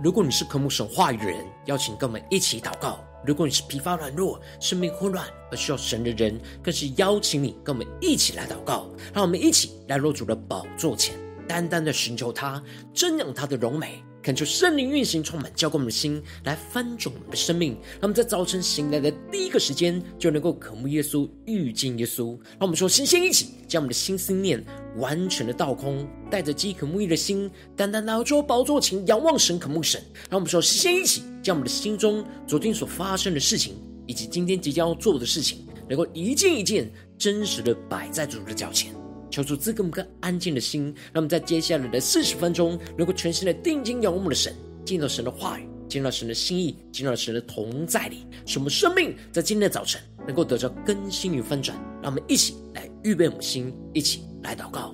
如果你是渴慕神话语的人，邀请跟我们一起祷告；如果你是疲乏软弱、生命混乱而需要神的人，更是邀请你跟我们一起来祷告。让我们一起来入主的宝座前，单单的寻求他，瞻仰他的荣美，恳求圣灵运行充满浇灌我们的心，来翻转我们的生命。让我们在早晨醒来的第一个时间就能够渴慕耶稣，遇见耶稣。让我们说先一起将我们的心思念完全的倒空，带着饥渴慕义的心，单单来到宝座前仰望神，渴慕神。让我们说先一起将我们的心中昨天所发生的事情，以及今天即将要做的事情，能够一件一件真实的摆在主的脚前，求主赐给我们个安静的心，让我们在接下来的40分钟能够全心的定睛仰望我们的神，进到神的话语，进到神的心意，进到神的同在里，使我们生命在今天的早晨能够得到更新与翻转。让我们一起来预备我们的心，一起来祷告。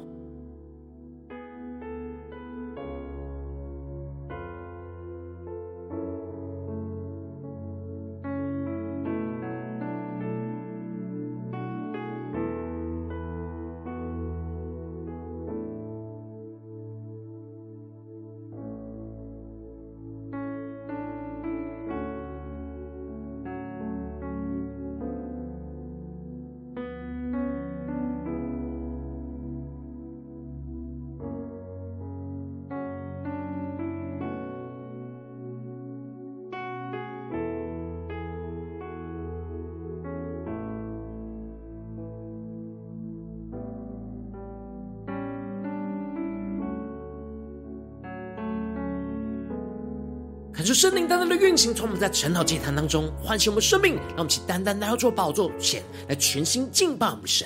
恳求圣灵单单的运行，从我们在晨祷祭坛当中唤醒我们生命，让我们一起单单来到主宝座前来全心敬拜我们神。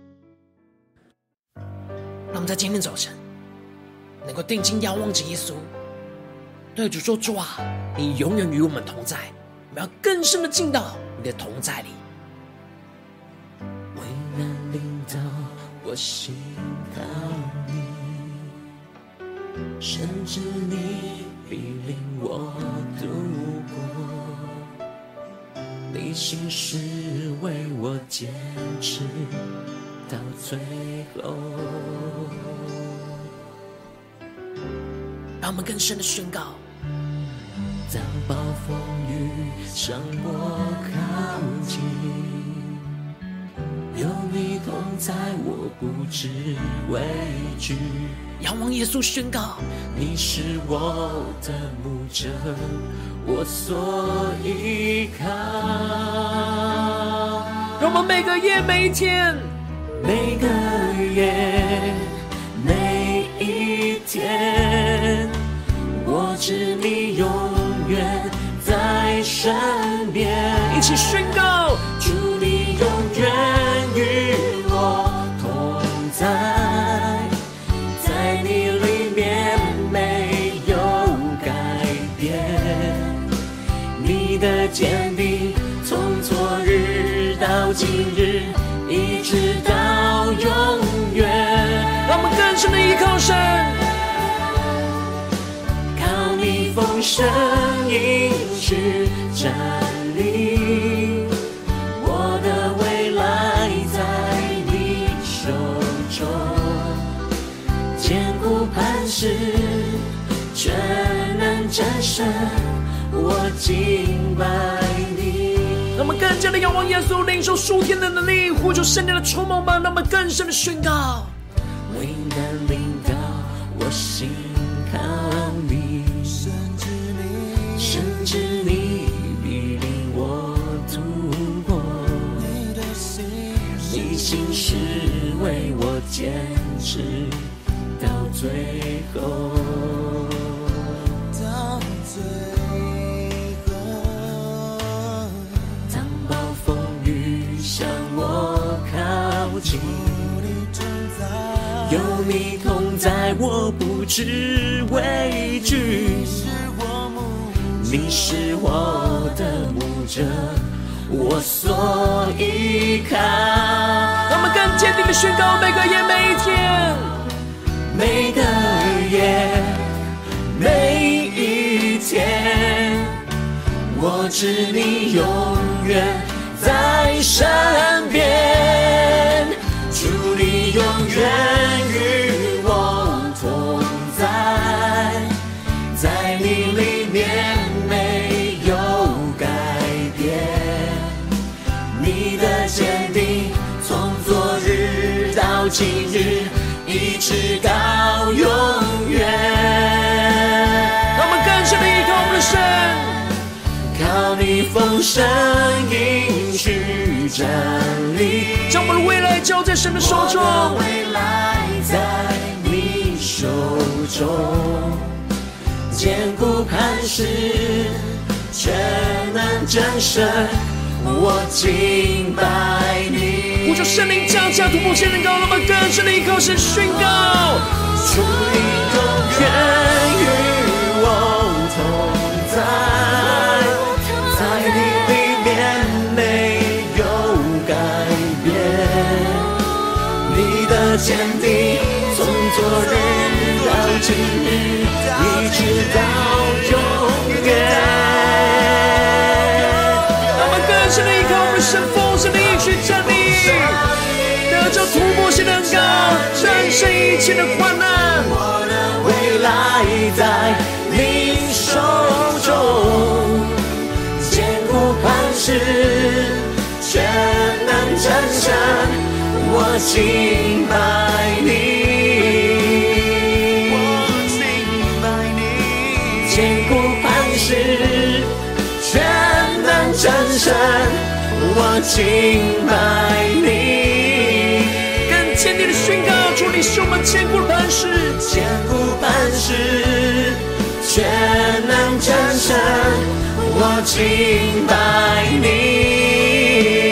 让我们在今天早晨能够定睛仰望着耶稣，对主说：主啊，你永远与我们同在，我们要更深的进到你的同在里。 为难临到我心靠你，甚至你必领我度过，你心是为我坚持到最后。 让我们更深的宣告， 当暴风雨向我靠近，有你同在，我不知畏惧。 仰望耶稣宣告， 你是我的牧者，我所依靠。 让我们每个夜每一天， 每个夜每一天，我知你永远在身边。 一起宣告， 主你永远与我同在，在你里面没有改变，你的坚定从昨日到今日，一直到永远。 让我们更深的依靠神， 靠你丰盛应许站立，我的未来在你手中，坚固磐石全能战胜，我敬拜你。 让我们更加的仰望耶稣，领受属天的能力，呼求圣灵的充满吧。让我们更深的宣告， 为难临到我心靠你，甚至你必领我度过，你心是为我坚持到最后。当暴风雨向我靠近，有你同在，我不知畏惧。你是我的牧者，我所依靠。 让我们更坚定的宣告，每个夜每一天， 每个夜每一天，我知你永远在身边，主你永远与我同在，在你里面直到永远。 让我们更深的依靠我们的神， 靠你丰盛应许站立， 将我们的未来交在神的手中。 我的未来在你手中，坚固磐石，全能战胜，我敬拜你。 呼求圣灵降下突破性能高，让我们更深的依靠神宣告。 主你永远与我同在，在你里面没有改变，你的坚定从昨日到今日，一直到永远。 让我们更深的依靠我们的神丰盛的应许站立，得着突破性能高，战胜一切的患难。 我的未来在你手中，坚固磐石，全能战胜，我敬拜你。我敬拜你，坚固磐石，全能战胜，我敬拜你。 更坚定的宣告，主你是我们坚固的磐石， 坚固磐石，全能战胜，我敬拜你。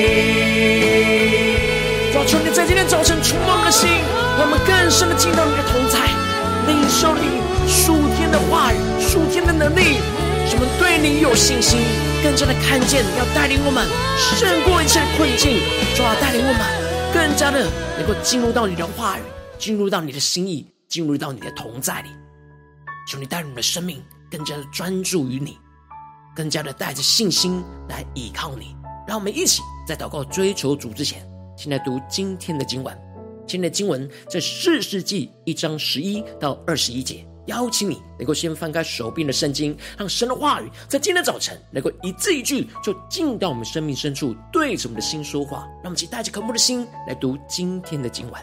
主啊，求你在今天早晨触动我们的心，让我们更深的进到你的同在，领受你属天的话语、属天的能力，使我们对你有信心，更加的看见要带领我们胜过一切的困境。主啊，带领我们更加的能够进入到你的话语，进入到你的心意，进入到你的同在里。求你带领我们的生命更加的专注于你，更加的带着信心来依靠你。让我们一起在祷告追求主之前，先来读今天的经文。今天的经文在士师记1章11到21节。邀请你能够先翻开手边的圣经，让神的话语在今天早晨能够一字一句就进到我们生命深处，对着我们的心说话。让我们一起带着渴慕的心来读今天的经文。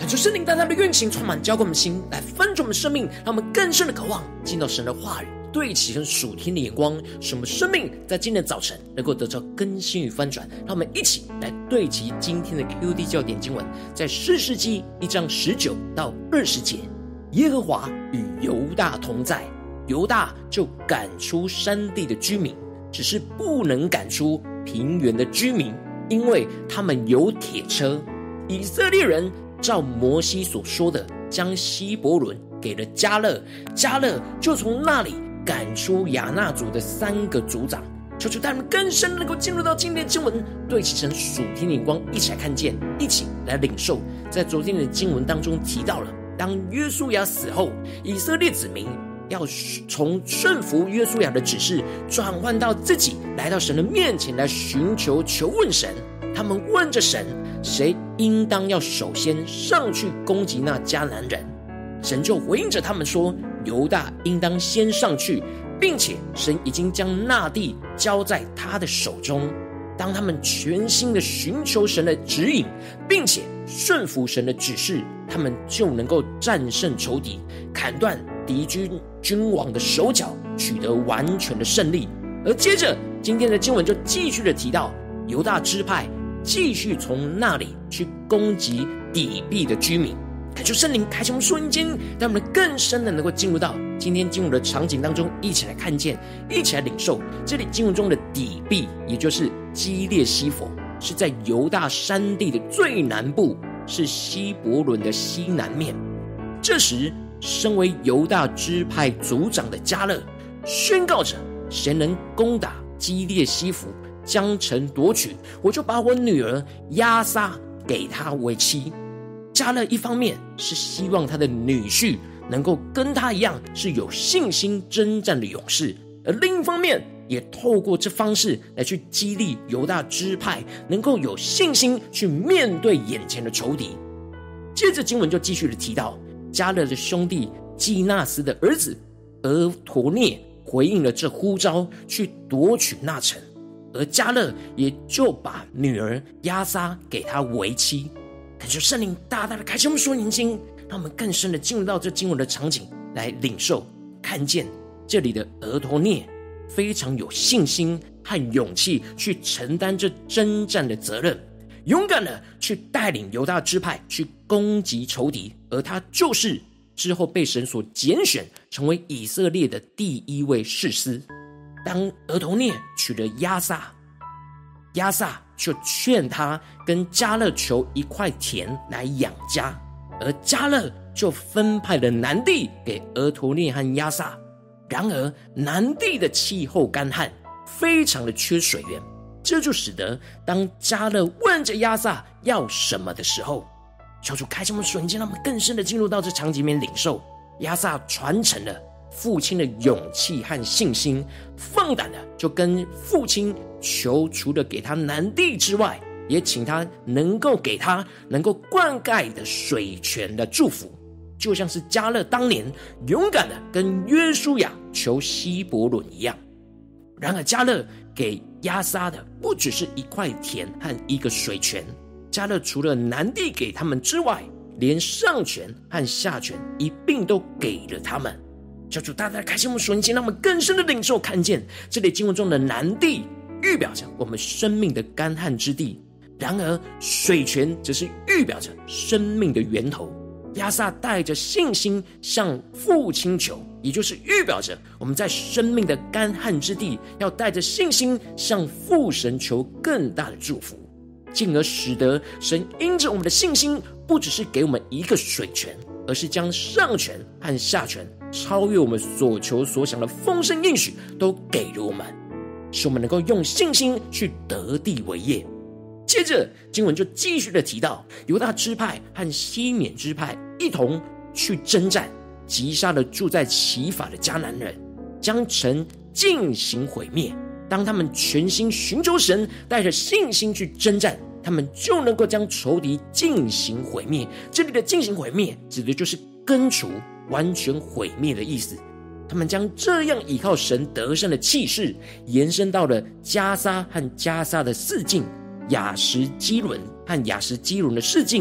恳求圣灵大大的运行，充满浇灌我们的心，来分盛我们的生命，让我们更深的渴望进到神的话语，对齐跟属天的眼光，使我们生命在今天的早晨能够得到更新与翻转。让我们一起来对齐今天的 QD 焦点经文，在士师记1章19到20节。耶和华与犹大同在，犹大就赶出山地的居民，只是不能赶出平原的居民，因为他们有铁车。以色列人照摩西所说的，将希伯伦给了迦勒，迦勒就从那里赶出亚衲族的3个族长。求主带我们更深能够进入到今天的经文，对齐神属天的眼光，一起来看见，一起来领受。在昨天的经文当中提到了，当约书亚死后，以色列子民要从顺服约书亚的指示，转换到自己来到神的面前来寻求求问神。他们问着神，谁应当要首先上去攻击那迦南人？神就回应着他们说，犹大应当先上去，并且神已经将那地交在他的手中。当他们全心的寻求神的指引，并且顺服神的指示，他们就能够战胜仇敌，砍断敌军君王的手脚，取得完全的胜利。而接着今天的经文就继续的提到，犹大支派继续从那里去攻击底壁的居民。恳求圣灵开启我们属灵间，让我们更深的能够进入到今天经文的场景当中，一起来看见，一起来领受。这里经文中的底壁，也就是基列西弗，是在犹大山地的最南部，是希伯伦的西南面。这时身为犹大支派族长的迦勒宣告着，谁能攻打基列西弗，将城夺取，我就把我女儿押撒给他为妻。迦勒一方面是希望他的女婿能够跟他一样是有信心征战的勇士，而另一方面也透过这方式来去激励犹大支派能够有信心去面对眼前的仇敌。接着经文就继续的提到，迦勒的兄弟基纳斯的儿子俄陀聶回应了这呼召，去夺取那城，而迦勒也就把女儿押撒给他为妻。恳求圣灵大大的开启我们属灵心，让我们更深的进入到这经文的场景来领受看见。这里的俄陀聶非常有信心和勇气去承担这征战的责任，勇敢的去带领犹大支派去攻击仇敌，而他就是之后被神所拣选成为以色列的第一位士师。当俄陀聶娶了押撒，押撒就劝他跟迦勒求一块田来养家，而迦勒就分派了南地给俄陀聶和押撒。然而南地的气候干旱，非常的缺水源，这就使得当迦勒问着押撒要什么的时候，求主开启我们属灵间，让我们更深的进入到这场景里面领受。押撒传承了父亲的勇气和信心，放胆的就跟父亲求，除了给他南地之外，也请他能够给他能够灌溉的水泉的祝福，就像是迦勒当年勇敢的跟约书亚求希伯伦一样。然而迦勒给押撒的不只是一块田和一个水泉，迦勒除了南地给他们之外，连上泉和下泉一并都给了他们。求主大大开启我们属灵心，让我们更深的领受看见，这里经文中的南地预表着我们生命的干旱之地，然而水泉则是预表着生命的源头。押撒带着信心向父亲求，也就是预表着我们在生命的干旱之地要带着信心向父神求更大的祝福，进而使得神因着我们的信心，不只是给我们一个水泉，而是将上泉和下泉超越我们所求所想的丰盛应许都给了我们，使我们能够用信心去得地为业。接着经文就继续的提到，犹大支派和西缅支派一同去征战，击杀了住在其法的迦南人，将城进行毁灭。当他们全心寻求神，带着信心去征战，他们就能够将仇敌进行毁灭。这里的进行毁灭指的就是根除、完全毁灭的意思。他们将这样依靠神得胜的气势延伸到了迦撒和迦撒的四境，亚实基伦和亚实基伦的四境，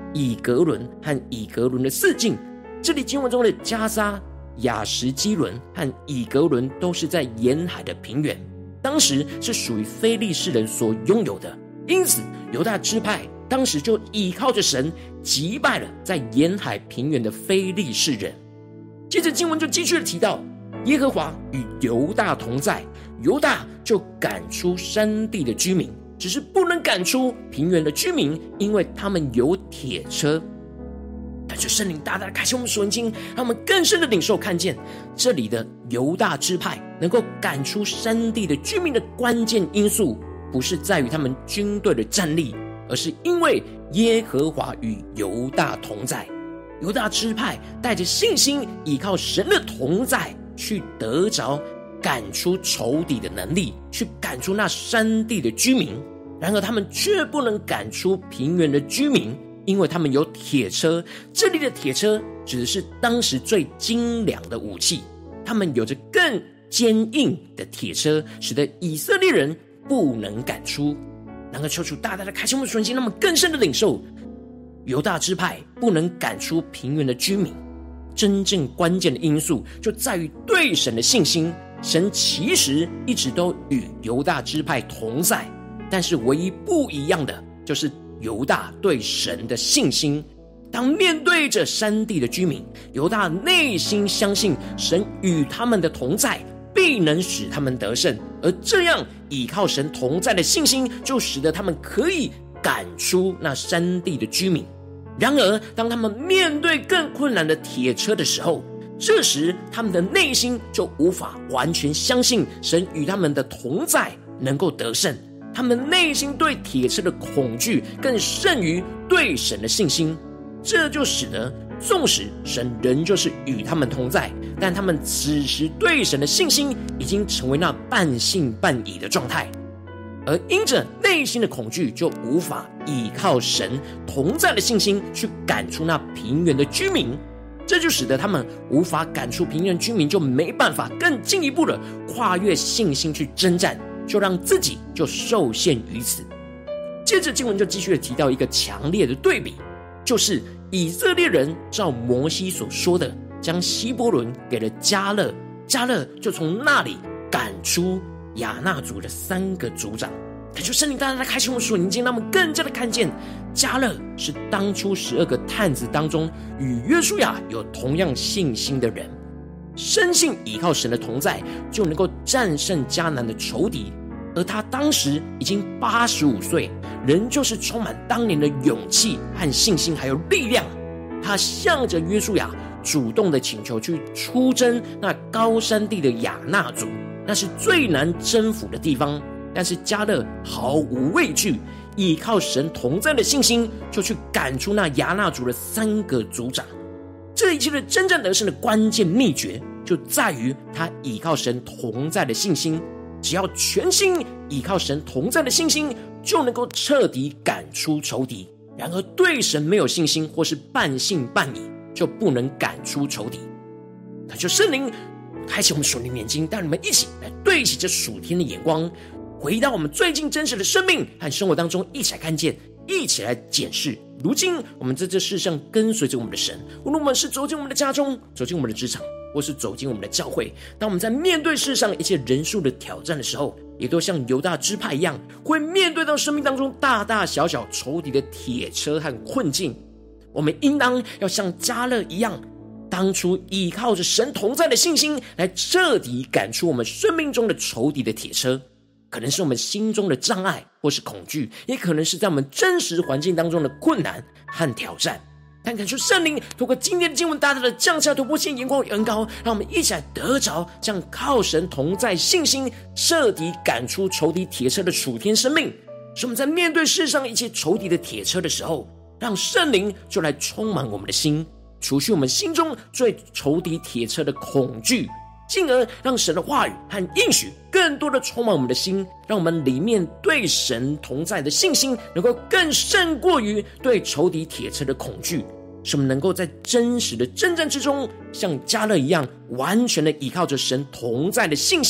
以革伦和以革伦的四境。这里经文中的加沙、亚什基伦和以革伦都是在沿海的平原，当时是属于非利士人所拥有的。因此犹大支派当时就倚靠着神，击败了在沿海平原的非利士人。接着经文就继续的提到，耶和华与犹大同在，犹大就赶出山地的居民，只是不能赶出平原的居民，因为他们有铁车。但是圣灵大大的开启我们属灵经，让我们更深的领受看见，这里的犹大支派能够赶出山地的居民的关键因素，不是在于他们军队的战力，而是因为耶和华与犹大同在。犹大支派带着信心，依靠神的同在，去得着赶出仇敌的能力，去赶出那山地的居民。然而他们却不能赶出平原的居民，因为他们有铁车。这里的铁车指的是当时最精良的武器，他们有着更坚硬的铁车，使得以色列人不能赶出。然而求主大大的开启我们的属灵心，让我们更深的领受犹大支派不能赶出平原的居民，真正关键的因素就在于对神的信心。神其实一直都与犹大支派同在，但是唯一不一样的就是犹大对神的信心。当面对着山地的居民，犹大内心相信神与他们的同在必能使他们得胜，而这样倚靠神同在的信心，就使得他们可以赶出那山地的居民。然而当他们面对更困难的铁车的时候，这时他们的内心就无法完全相信神与他们的同在能够得胜，他们内心对铁车的恐惧更胜于对神的信心。这就使得纵使神仍旧是与他们同在，但他们此时对神的信心已经成为那半信半疑的状态，而因着内心的恐惧，就无法依靠神同在的信心去赶出那平原的居民。这就使得他们无法赶出平原居民，就没办法更进一步的跨越信心去征战，就让自己就受限于此。接着经文就继续的提到一个强烈的对比，就是以色列人照摩西所说的，将希伯伦给了迦勒，迦勒就从那里赶出亚衲族的3个族长。感谢圣灵大大的开启我们属灵经，让我们更加的看见迦勒是当初12个探子当中与约书亚有同样信心的人，深信依靠神的同在就能够战胜迦南的仇敌。而他当时已经85岁，仍旧是充满当年的勇气和信心还有力量。他向着约书亚主动的请求去出征那高山地的亚衲族，那是最难征服的地方。但是迦勒毫无畏惧，依靠神同在的信心，就去赶出那亚衲族的3个族长。这一切的征战得胜的关键秘诀，就在于他依靠神同在的信心。只要全心依靠神同在的信心，就能够彻底赶出仇敌。然而对神没有信心，或是半信半疑，就不能赶出仇敌。那就圣灵开启我们属灵眼睛，带你们一起来对齐这属天的眼光，回到我们最近真实的生命和生活当中，一起来看见，一起来检视。如今我们在这世上跟随着我们的神，无论我们是走进我们的家中，走进我们的职场，或是走进我们的教会，当我们在面对世上一切人数的挑战的时候，也都像犹大支派一样，会面对到生命当中大大小小仇敌的铁车和困境。我们应当要像迦勒一样，当初依靠着神同在的信心，来彻底赶出我们生命中的仇敌的铁车。可能是我们心中的障碍或是恐惧，也可能是在我们真实环境当中的困难和挑战。但感谢圣灵透过今天的经文大大的降下突破性眼光与恩膏，让我们一起来得着这样靠神同在信心，彻底赶出仇敌铁车的属天生命。使我们在面对世上一切仇敌的铁车的时候，让圣灵就来充满我们的心，除去我们心中对仇敌铁车的恐惧，进而让神的话语和应许更多的充满我们的心，让我们里面对神同在的信心能够更胜过于对仇敌铁车的恐惧，使我们能够在真实的征战之中，像迦勒一样，完全的依靠着神同在的信心，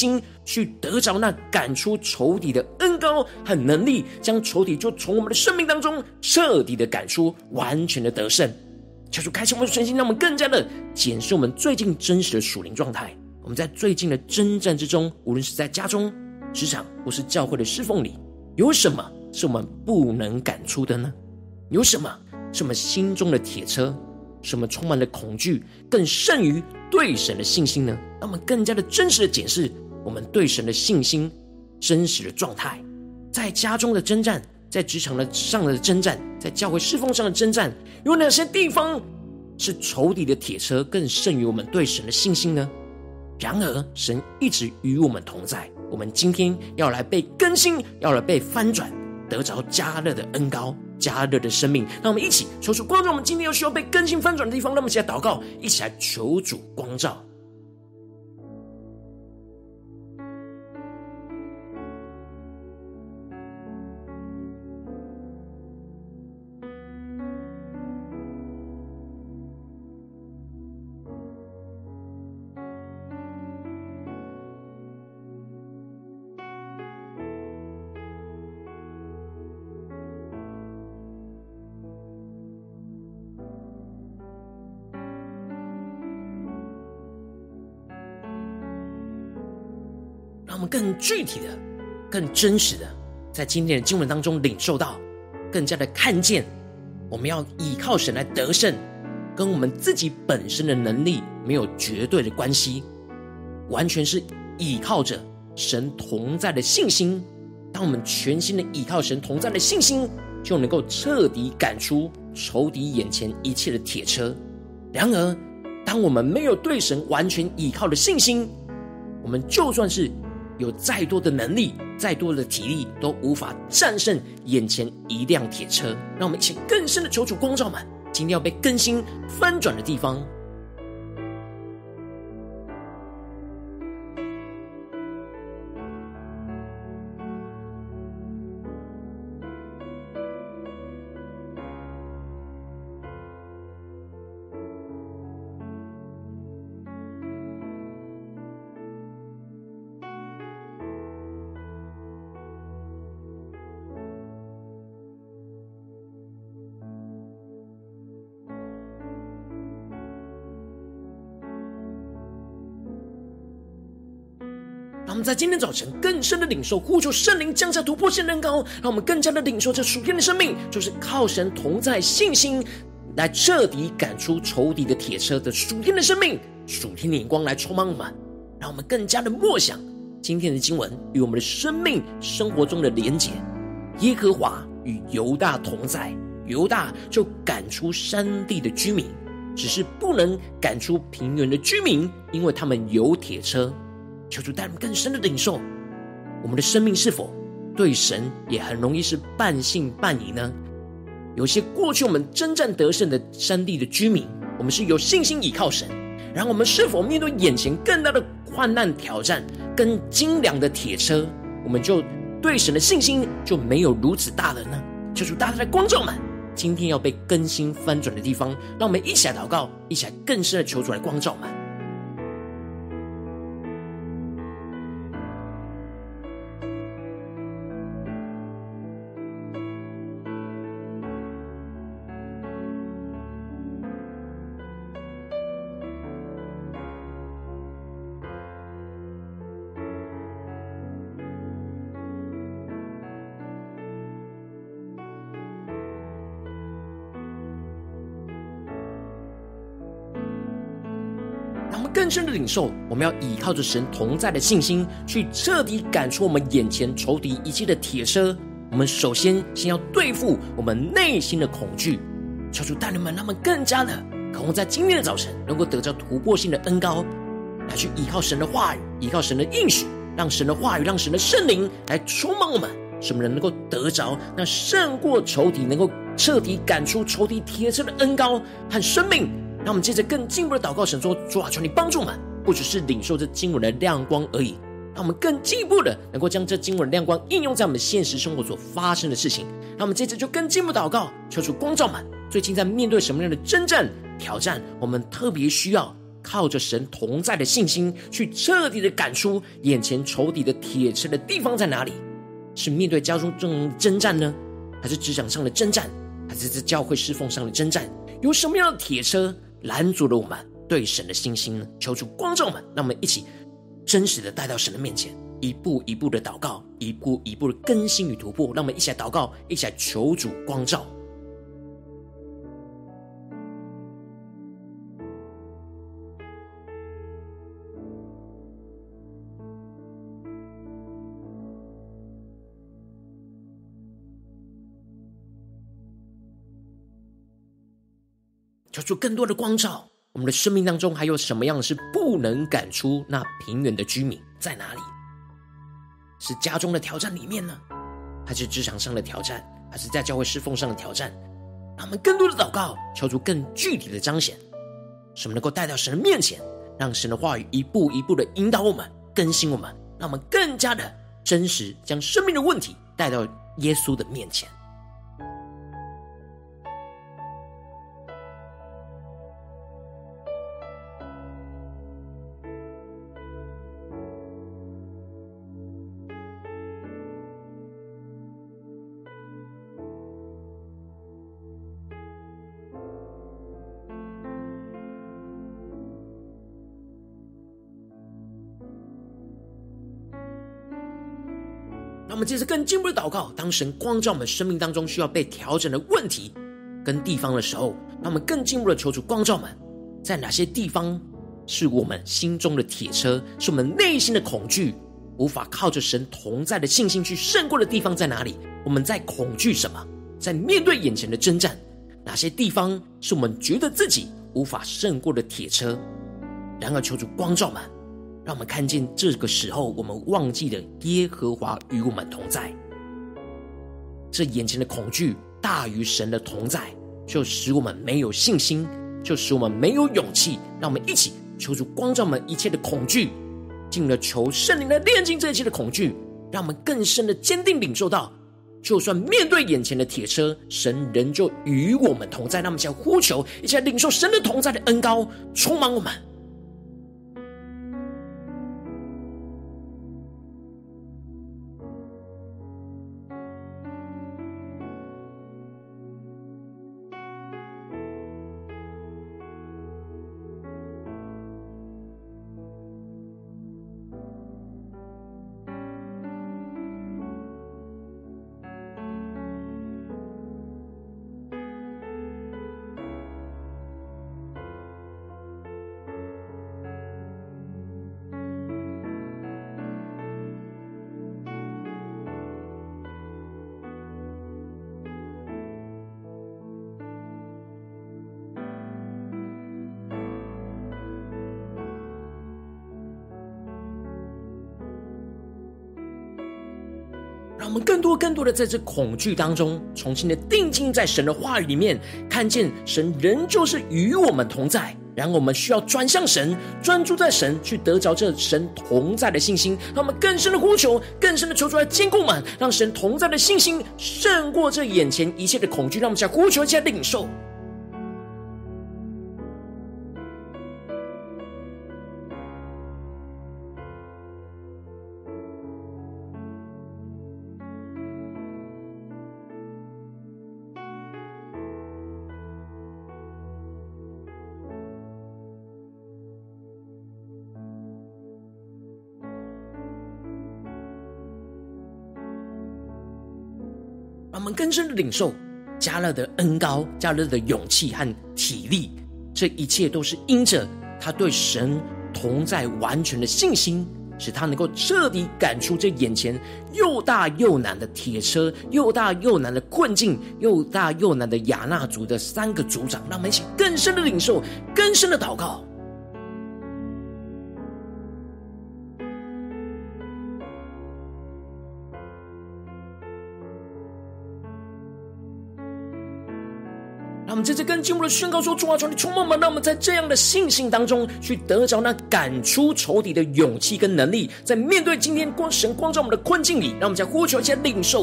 去得着那赶出仇敌的恩膏和能力，将仇敌就从我们的生命当中彻底的赶出，完全的得胜。求主开启我们的身心，让我们更加的检视我们最近真实的属灵状态。我们在最近的征战之中，无论是在家中、职场或是教会的侍奉里，有什么是我们不能赶出的呢？有什么是我们心中的铁车？什么充满了恐惧更胜于对神的信心呢？让我们更加的真实的检视我们对神的信心真实的状态。在家中的征战，在职场上的征战，在教会侍奉上的征战，有哪些地方是仇敌的铁车更胜于我们对神的信心呢？然而神一直与我们同在，我们今天要来被更新，要来被翻转，得着加热的恩膏，加热的生命。让我们一起求主光照我们今天有需要被更新翻转的地方，让我们一起来祷告，一起来求主光照。让我们更具体的、更真实的，在今天的经文当中领受到，更加的看见，我们要依靠神来得胜，跟我们自己本身的能力没有绝对的关系，完全是依靠着神同在的信心。当我们全心的依靠神同在的信心，就能够彻底赶出仇敌眼前一切的铁车。然而，当我们没有对神完全依靠的信心，我们就算是有再多的能力、再多的体力，都无法战胜眼前一辆铁车。让我们一起更深的求主光照们今天要被更新翻转的地方。让我们在今天早晨更深的领受，呼求圣灵降下突破性的恩膏，让我们更加的领受这属天的生命，就是靠神同在信心来彻底赶出仇敌的铁车的属天的生命，属天的眼光来充满我们，让我们更加的默想今天的经文与我们的生命生活中的连结。耶和华与犹大同在，犹大就赶出山地的居民，只是不能赶出平原的居民，因为他们有铁车。求主带我们更深的领受，我们的生命是否对神也很容易是半信半疑呢？有些过去我们征战得胜的山地的居民，我们是有信心倚靠神，然后我们是否面对眼前更大的患难挑战、更精良的铁车，我们就对神的信心就没有如此大了呢？求主大家的光照们今天要被更新翻转的地方，让我们一起来祷告，一起来更深的求主来光照们。更深的领受，我们要依靠着神同在的信心，去彻底赶出我们眼前仇敌一切的铁车。我们首先要对付我们内心的恐惧，求主带领们，让我们更加的渴望在今天的早晨能够得到突破性的恩膏，来去依靠神的话语，依靠神的应许，让神的话语，让神的圣灵来充满我们，使我们能够得着那胜过仇敌，能够彻底赶出仇敌铁车的恩膏和生命。让我们接着更进一步的祷告，神说：主啊，求你帮助我们，不只是领受这经文的亮光而已，让我们更进一步的能够将这经文的亮光应用在我们现实生活所发生的事情。让我们接着就更进一步祷告，求主光照们最近在面对什么样的征战挑战，我们特别需要靠着神同在的信心，去彻底的赶出眼前仇敌的铁车的地方在哪里？是面对家中这种征战呢，还是职场上的征战，还是在教会侍奉上的征战？有什么样的铁车拦阻了我们对神的信心呢？求主光照我们，让我们一起真实的带到神的面前，一步一步的祷告，一步一步的更新与突破。让我们一起来祷告，一起来求主光照。求出更多的光照，我们的生命当中还有什么样的是不能赶出那平原的居民在哪里？是家中的挑战里面呢，还是职场上的挑战，还是在教会侍奉上的挑战？让我们更多的祷告，求出更具体的彰显，使我们能够带到神的面前，让神的话语一步一步的引导我们，更新我们，让我们更加的真实，将生命的问题带到耶稣的面前。让我们接着更进一步的祷告，当神光照我们生命当中需要被调整的问题跟地方的时候，让我们更进一步的求主光照我们，在哪些地方是我们心中的铁车，是我们内心的恐惧无法靠着神同在的信心去胜过的地方在哪里？我们在恐惧什么？在面对眼前的征战，哪些地方是我们觉得自己无法胜过的铁车？然而求主光照我们，让我们看见这个时候我们忘记了耶和华与我们同在，这眼前的恐惧大于神的同在，就使我们没有信心，就使我们没有勇气。让我们一起求主光照我们一切的恐惧，进而求圣灵来炼净这一切的恐惧，让我们更深的坚定领受到，就算面对眼前的铁车，神仍旧与我们同在。让我们一起来呼求，一起来领受神的同在的恩膏充满我们。让我们更多的在这恐惧当中重新的定睛在神的话语里面，看见神仍旧是与我们同在。然后我们需要转向神，专注在神，去得着这神同在的信心。让我们更深的呼求，更深的求出来坚固我们，让神同在的信心胜过这眼前一切的恐惧。让我们再呼求，一起来领受。让我们更深的领受加勒的恩膏，加勒的勇气和体力，这一切都是因着他对神同在完全的信心，使他能够彻底赶出这眼前又大又难的铁车，又大又难的困境，又大又难的亚衲族的3个族长。让我们一起更深的领受，更深的祷告。让我们在这更进一步的宣告说，主啊，求你充满我们，让我们在这样的信心当中去得着那赶出仇敌的勇气跟能力，在面对今天神光照我们的困境里，让我们在呼求，一起来领受。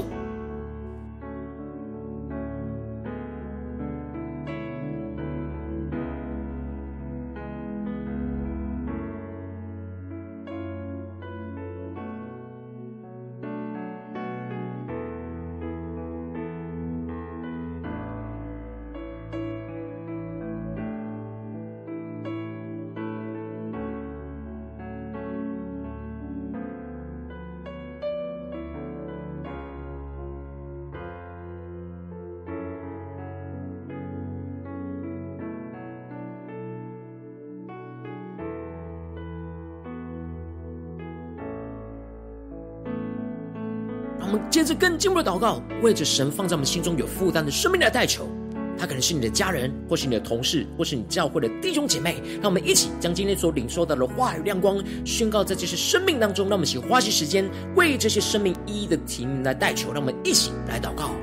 我们接着更进一步的祷告，为着神放在我们心中有负担的生命来代求。他可能是你的家人，或是你的同事，或是你教会的弟兄姐妹。让我们一起将今天所领受到的话语亮光宣告在这些生命当中。让我们一起花些时间为这些生命一一的提名来代求。让我们一起来祷告。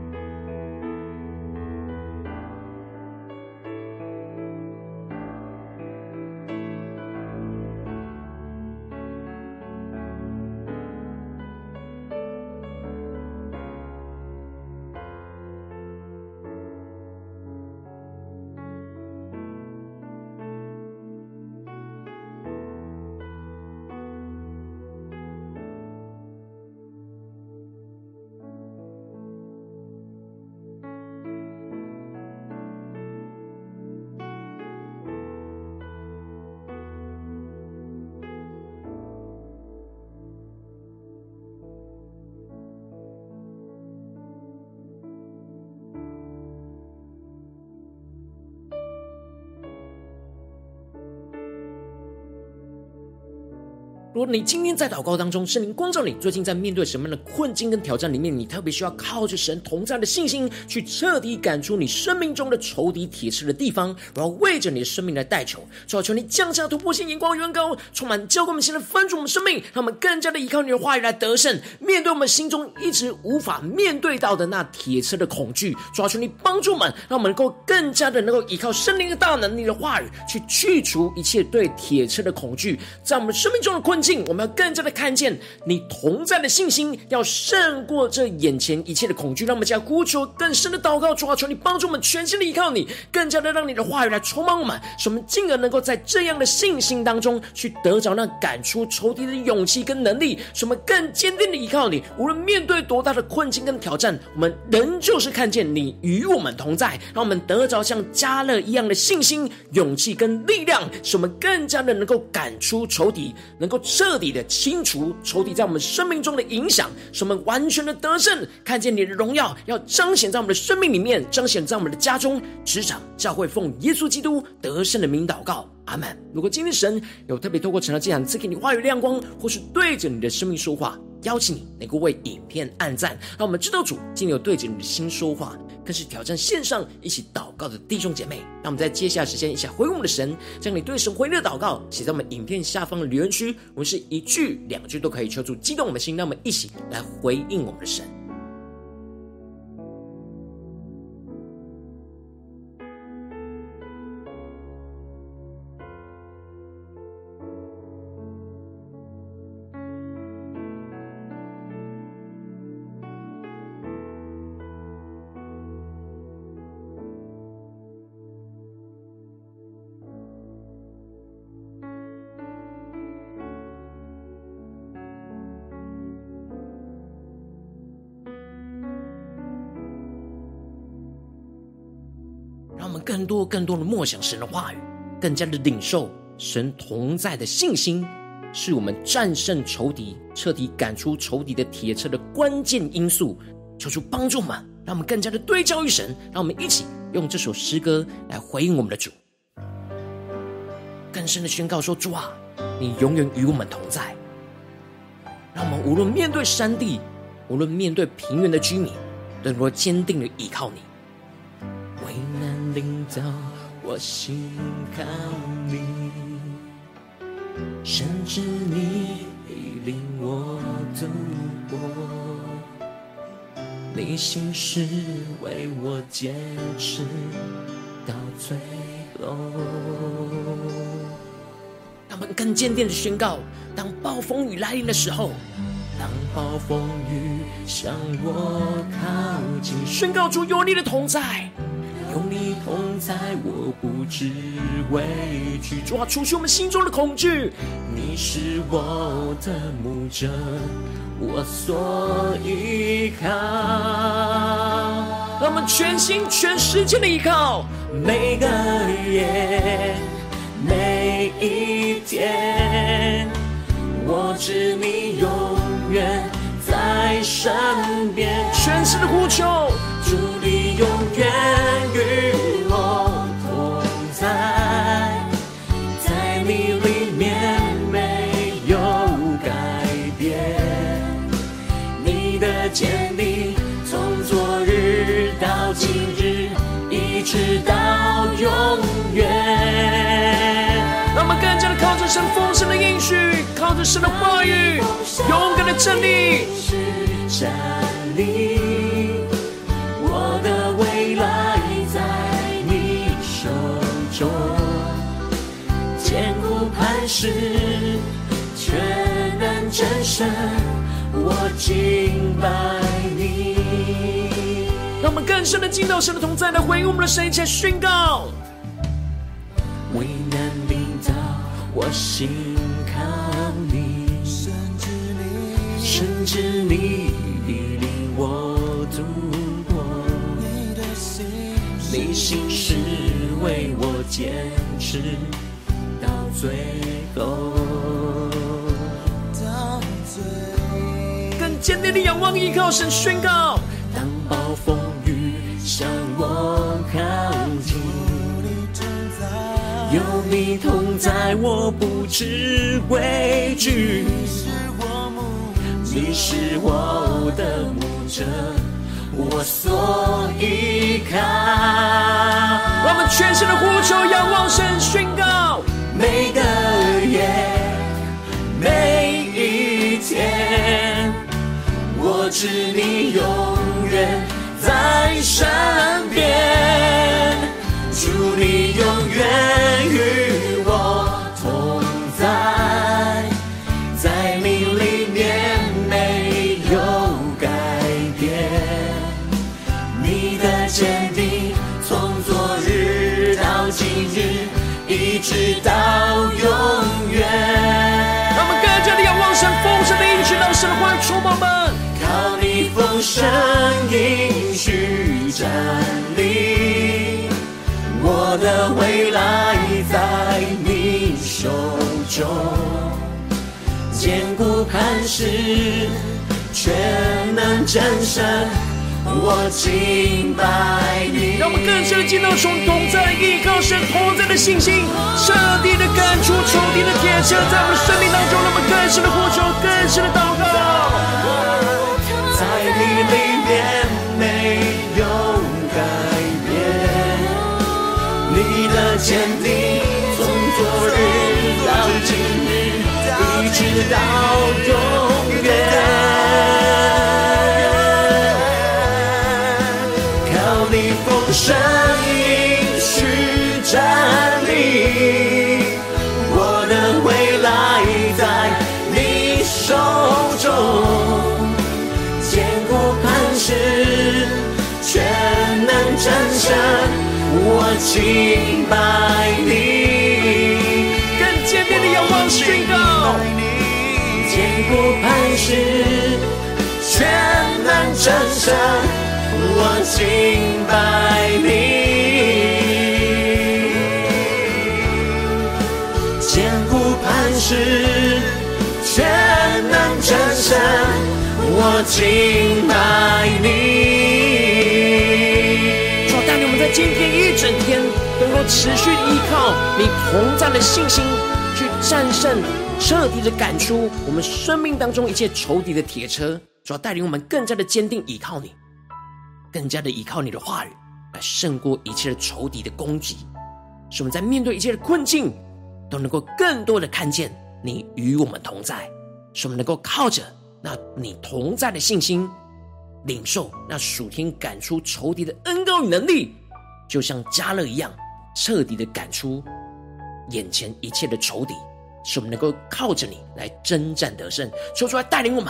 如果你今天在祷告当中，圣灵光照你最近在面对什么样的困境跟挑战里面，你特别需要靠着神同在的信心去彻底赶出你生命中的仇敌铁刺的地方，然后为着你的生命来代求。主要求你降下突破性眼光远高，充满浇灌我们心的分足我们生命，让我们更加的依靠你的话语来得胜，面对我们心中一直无法面对到的那铁刺的恐惧。主要求你帮助我们，让我们能够更加的能够依靠圣灵的大能力的话语去去除一切对铁刺的恐惧，在我们生命中的困境，我们要更加的看见你同在的信心，要胜过这眼前一切的恐惧。让我们加呼求更深的祷告，主啊，求你帮助我们全心的依靠你，更加的让你的话语来充满我们，使我们进而能够在这样的信心当中去得着那赶出仇敌的勇气跟能力，使我们更坚定的依靠你。无论面对多大的困境跟挑战，我们仍旧是看见你与我们同在，让我们得着像迦勒一样的信心、勇气跟力量，使我们更加的能够赶出仇敌，能够彻底的清除仇敌在我们生命中的影响，使我们完全的得胜，看见你的荣耀要彰显在我们的生命里面，彰显在我们的家中、职场、教会，奉耶稣基督得胜的名祷告，阿们。如果今天神有特别透过晨祷祭坛赐给你话语亮光，或是对着你的生命说话，邀请你能够为影片按赞，让我们知道主今天有对着你的心说话，更是挑战线上一起祷告的弟兄姐妹。让我们在接下来时间一起回应我们的神，将你对神回应的祷告写在我们影片下方的留言区，我们是一句两句都可以，求主激动我们的心，让我们一起来回应我们的神。让我们更多的默想神的话语，更加的领受神同在的信心，是我们战胜仇敌、彻底赶出仇敌的铁车的关键因素。求主帮助我们，让我们更加的对焦于神，让我们一起用这首诗歌来回应我们的主，更深的宣告说：主啊，你永远与我们同在。让我们无论面对山地，无论面对平原的居民，都能够坚定的依靠你。 为难临到我心靠你，甚至你引领我度过，你心事为我坚持到最后。 让我们更坚定的宣告，当暴风雨来临的时候， 当暴风雨向我靠近， 宣告主有你的同在， 有你同在，我不知畏惧。 主啊，除去我们心中的恐惧。 你是我的牧者，我所依靠。 让我们全心全世界的依靠， 每个夜，每一天，我知你永远在身边。 全心的呼求， 主你永远与我同在，在你里面没有改变，你的坚定，从昨日到今日，一直到永远。 让我们更加的靠着神丰盛的应许，靠着神的话语，勇敢的站立， 站立。我的未来在你手中，艰苦磐石，全能战胜，我敬拜你。 让我们更深的进到神的同在，来回应我们的神，一起来宣告。 危难临到，我心靠你，甚至你引领我度过。你心是为我坚持到最后， 更坚定的仰望依靠神，宣告。 当暴风雨向我靠近，有你同在，我不知畏惧。你是我的牧者，我所依靠。 让我们全身的呼求，仰望神，宣告。 每个夜，每一天，我知你永远在身边。主，你永远与我同在，在你里面没有改变。你的坚定，从昨日到今日，一直到永远。 让我们更加的仰望神丰盛的应许，让神的话语充满我们。 靠你丰盛应许站立，我的未来在你手中，坚固磐石，全能战胜，我敬拜你。 让我们更深的进到从同在依靠神同在的信心，彻底的赶出仇敌的铁车，在我们的生命当中，让我们更深的呼求，更深的祷告。 在你里面没有改变，你的坚定，从昨日到今日，一直到永远。靠你丰盛应许站立，我的未来在你手中，坚固磐石，全能战胜，我敬拜你。 更坚定的仰望宣告。 坚固磐石，全能战胜，我敬拜你。坚固磐石，全能战胜，我敬拜你。 主带领我们在今天一整天能够持续依靠你同在的信心，去战胜彻底的赶出我们生命当中一切仇敌的铁车。主要带领我们更加的坚定依靠你，更加的依靠你的话语，来胜过一切的仇敌的攻击，使我们在面对一切的困境都能够更多的看见你与我们同在，使我们能够靠着那你同在的信心，领受那属天赶出仇敌的恩膏与能力，就像迦勒一样，彻底的赶出眼前一切的仇敌，使我们能够靠着你来征战得胜。求主来带领我们。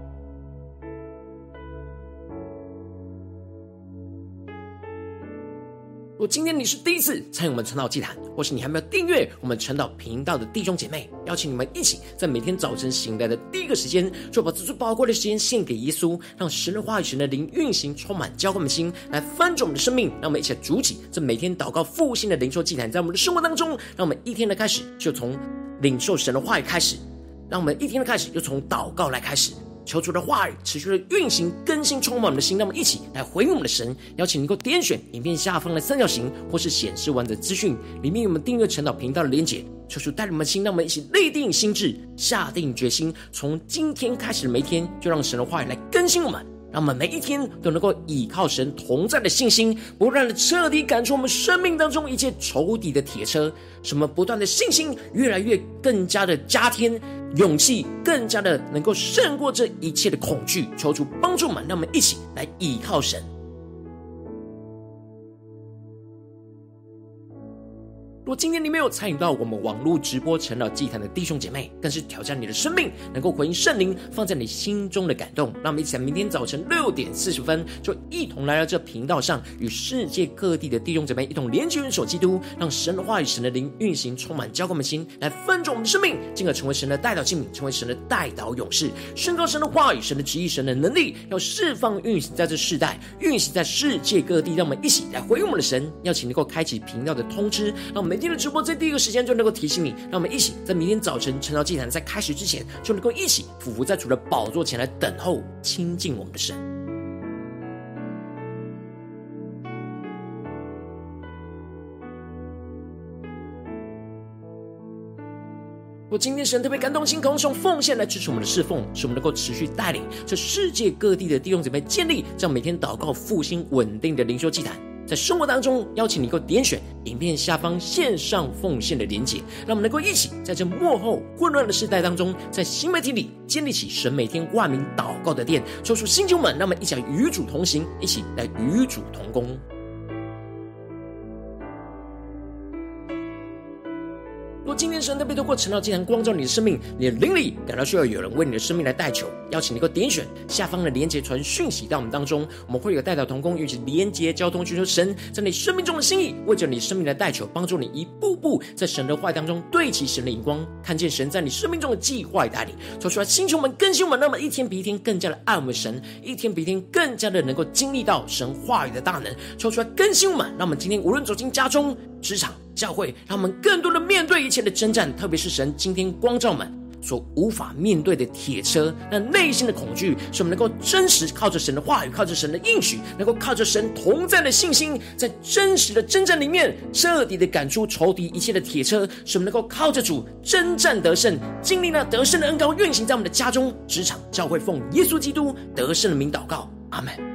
如果今天你是第一次参与我们传道祭坛，或是你还没有订阅我们传道频道的弟兄姐妹，邀请你们一起在每天早晨醒来的第一个时间，就把最宝贵的时间献给耶稣，让神的话语、神的灵运行充满浇灌我们的心，来翻转我们的生命。让我们一起来筑起这每天祷告复兴的灵修祭坛，在我们的生活当中，让我们一天的开始就从领受神的话语开始，让我们一天的开始就从祷告来开始，求主的话语持续的运行更新充满我们的心。让我们一起来回应我们的神。邀请你能够点选影片下方的三角形，或是显示完整资讯里面有我们订阅晨祷频道的连结， 求主带领我们的心，让我们一起立定心志，下定决心，从今天开始的每一天，就让神的话语来更新我们，让我们每一天都能够倚靠神同在的信心，不断的彻底赶出我们生命当中一切仇敌的铁车，使我们不断的信心越来越更加的加添，勇气更加的能够胜过这一切的恐惧。求主帮助我们，让我们一起来倚靠神。若今天你没有参与到我们网络直播陈老祭坛的弟兄姐妹，更是挑战你的生命，能够回应圣灵放在你心中的感动。让我们一起在明天早晨6点40分，就一同来到这频道上，与世界各地的弟兄姐妹一同连接元首基督，让神的话语、神的灵运行，充满浇灌我们的心，来分盛我们的生命，进而成为神的代祷器皿，成为神的代祷勇士，宣告神的话语、神的旨意、神的能力，要释放运行在这世代，运行在世界各地。让我们一起来回应我们的神，邀请能够开启频道的通知，让我们每天的直播在第一个时间就能够提醒你。让我们一起在明天早晨晨祷祭坛在开始之前，就能够一起俯伏在主的宝座前来等候亲近我们的神。若今天神特别感动心，渴望用奉献来支持我们的侍奉，使我们能够持续带领这世界各地的弟兄姊妹建立这样每天祷告复兴稳定的灵修祭坛。在生活当中，邀请你能够点选影片下方线上奉献的连结，让我们能够一起在这末后混乱的时代当中，在新媒体里建立起神每天万名祷告的殿。抽出新球们，让我们一起来与主同行，一起来与主同工。若今天神特别透过晨祷祭坛光照你的生命，你的灵里感到需要有人为你的生命来代求，邀请你能够点选下方的连结传讯息到我们当中，我们会有代祷同工与其连结交通，寻求神在你生命中的心意，为着你生命来代求，帮助你一步步在神的话语当中对齐神的眼光，看见神在你生命中的计划与带领。说出来星球们更新我们，让我们一天比一天更加的爱我们神，一天比一天更加的能够经历到神话语的大能。说出来更新我们，让我们今天无论走进家中、职场、教会，让我们更多的面对一切的征战，特别是神今天光照我们所无法面对的铁车，那内心的恐惧，使我们能够真实靠着神的话语，靠着神的应许，能够靠着神同在的信心，在真实的征战里面彻底的赶出仇敌一切的铁车，使我们能够靠着主征战得胜，经历那得胜的恩膏运行在我们的家中、职场、教会，奉耶稣基督得胜的名祷告，阿们。